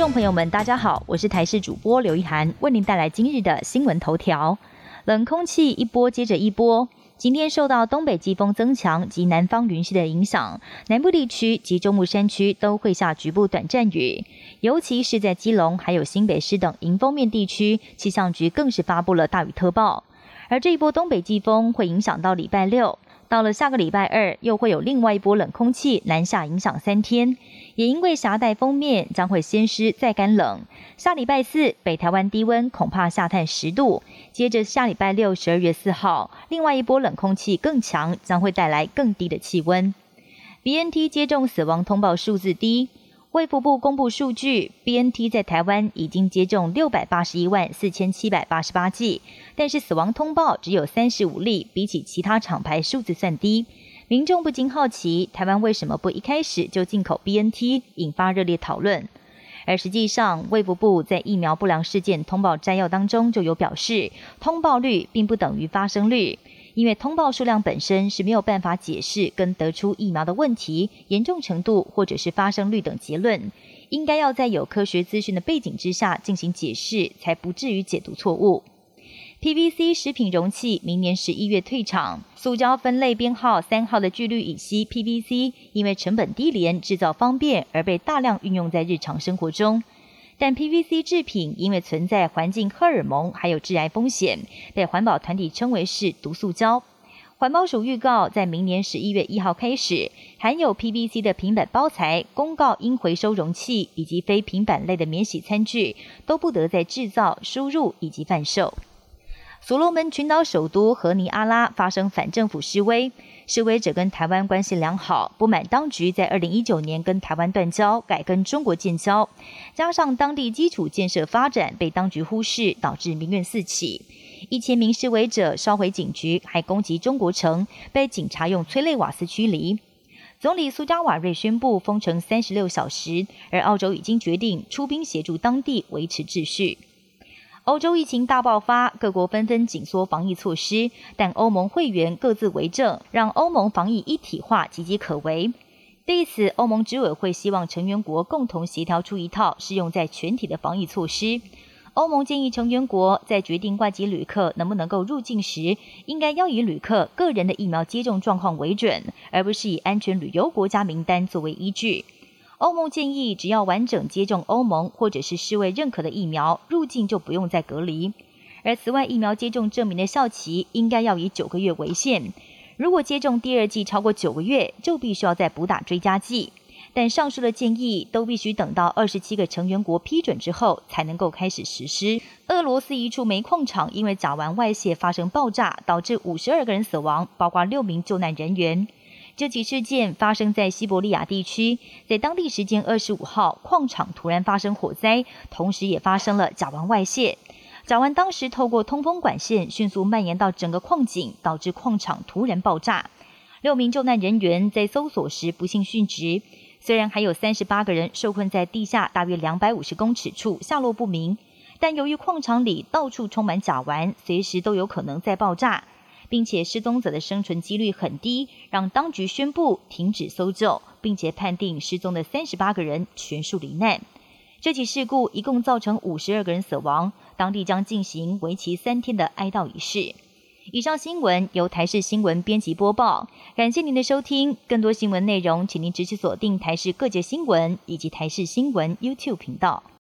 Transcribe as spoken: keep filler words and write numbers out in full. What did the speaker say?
众朋友们，大家好，我是台视主播刘一涵，为您带来今日的新闻头条。冷空气一波接着一波，今天受到东北季风增强及南方云系的影响，南部地区及中部山区都会下局部短暂雨，尤其是在基隆还有新北市等迎风面地区，气象局更是发布了大雨特报。而这一波东北季风会影响到礼拜六，到了下个礼拜二，又会有另外一波冷空气南下影响三天，也因为狭带锋面将会先湿再干冷。下礼拜四，北台湾低温恐怕下探十度，接着下礼拜六十二月四号，另外一波冷空气更强，将会带来更低的气温。B N T 接种死亡通报数字低。卫福部公布数据 ，B N T 在台湾已经接种六百八十一万四千七百八十八剂，但是死亡通报只有三十五例，比起其他厂牌数字算低。民众不禁好奇，台湾为什么不一开始就进口 B N T， 引发热烈讨论。而实际上，卫福部在疫苗不良事件通报摘要当中就有表示，通报率并不等于发生率。因为通报数量本身是没有办法解释跟得出疫苗的问题、严重程度或者是发生率等结论，应该要在有科学资讯的背景之下进行解释，才不至于解读错误。P V C 食品容器明年十一月退场，塑胶分类编号三号的聚氯乙烯 P V C 因为成本低廉、制造方便而被大量运用在日常生活中。但 P V C 制品因为存在环境荷尔蒙还有致癌风险，被环保团体称为是毒塑胶。环保署预告，在明年十一月一号开始，含有 P V C 的平板包材、公告应回收容器以及非平板类的免洗餐具，都不得再制造、输入以及贩售。所罗门群岛首都荷尼阿拉发生反政府示威，示威者跟台湾关系良好，不满当局在二零一九年跟台湾断交，改跟中国建交，加上当地基础建设发展被当局忽视，导致民怨四起。一千名示威者烧毁警局，还攻击中国城，被警察用催泪瓦斯驱离。总理苏加瓦瑞宣布封城三十六小时，而澳洲已经决定出兵协助当地维持秩序。欧洲疫情大爆发，各国纷纷紧缩防疫措施，但欧盟会员各自为政，让欧盟防疫一体化岌岌可危。对此，欧盟执委会希望成员国共同协调出一套适用在全体的防疫措施。欧盟建议成员国在决定外籍旅客能不能够入境时，应该要以旅客个人的疫苗接种状况为准，而不是以安全旅游国家名单作为依据。欧盟建议，只要完整接种欧盟或者是世卫认可的疫苗，入境就不用再隔离。而此外，疫苗接种证明的效期应该要以九个月为限。如果接种第二剂超过九个月，就必须要再补打追加剂。但上述的建议都必须等到二十七个成员国批准之后，才能够开始实施。俄罗斯一处煤矿场因为甲烷外泄发生爆炸，导致五十二个人死亡，包括六名救难人员。这起事件发生在西伯利亚地区，在当地时间二十五号，矿场突然发生火灾，同时也发生了甲烷外泄。甲烷当时透过通风管线迅速蔓延到整个矿井，导致矿场突然爆炸。六名救难人员在搜索时不幸殉职，虽然还有三十八个人受困在地下大约两百五十公尺处，下落不明，但由于矿场里到处充满甲烷，随时都有可能再爆炸。并且失踪者的生存几率很低，让当局宣布停止搜救，并且判定失踪的三十八个人全数罹难。这起事故一共造成五十二个人死亡，当地将进行为期三天的哀悼仪式。以上新闻由台视新闻编辑播报，感谢您的收听。更多新闻内容，请您持续锁定台视各界新闻以及台视新闻 YouTube 频道。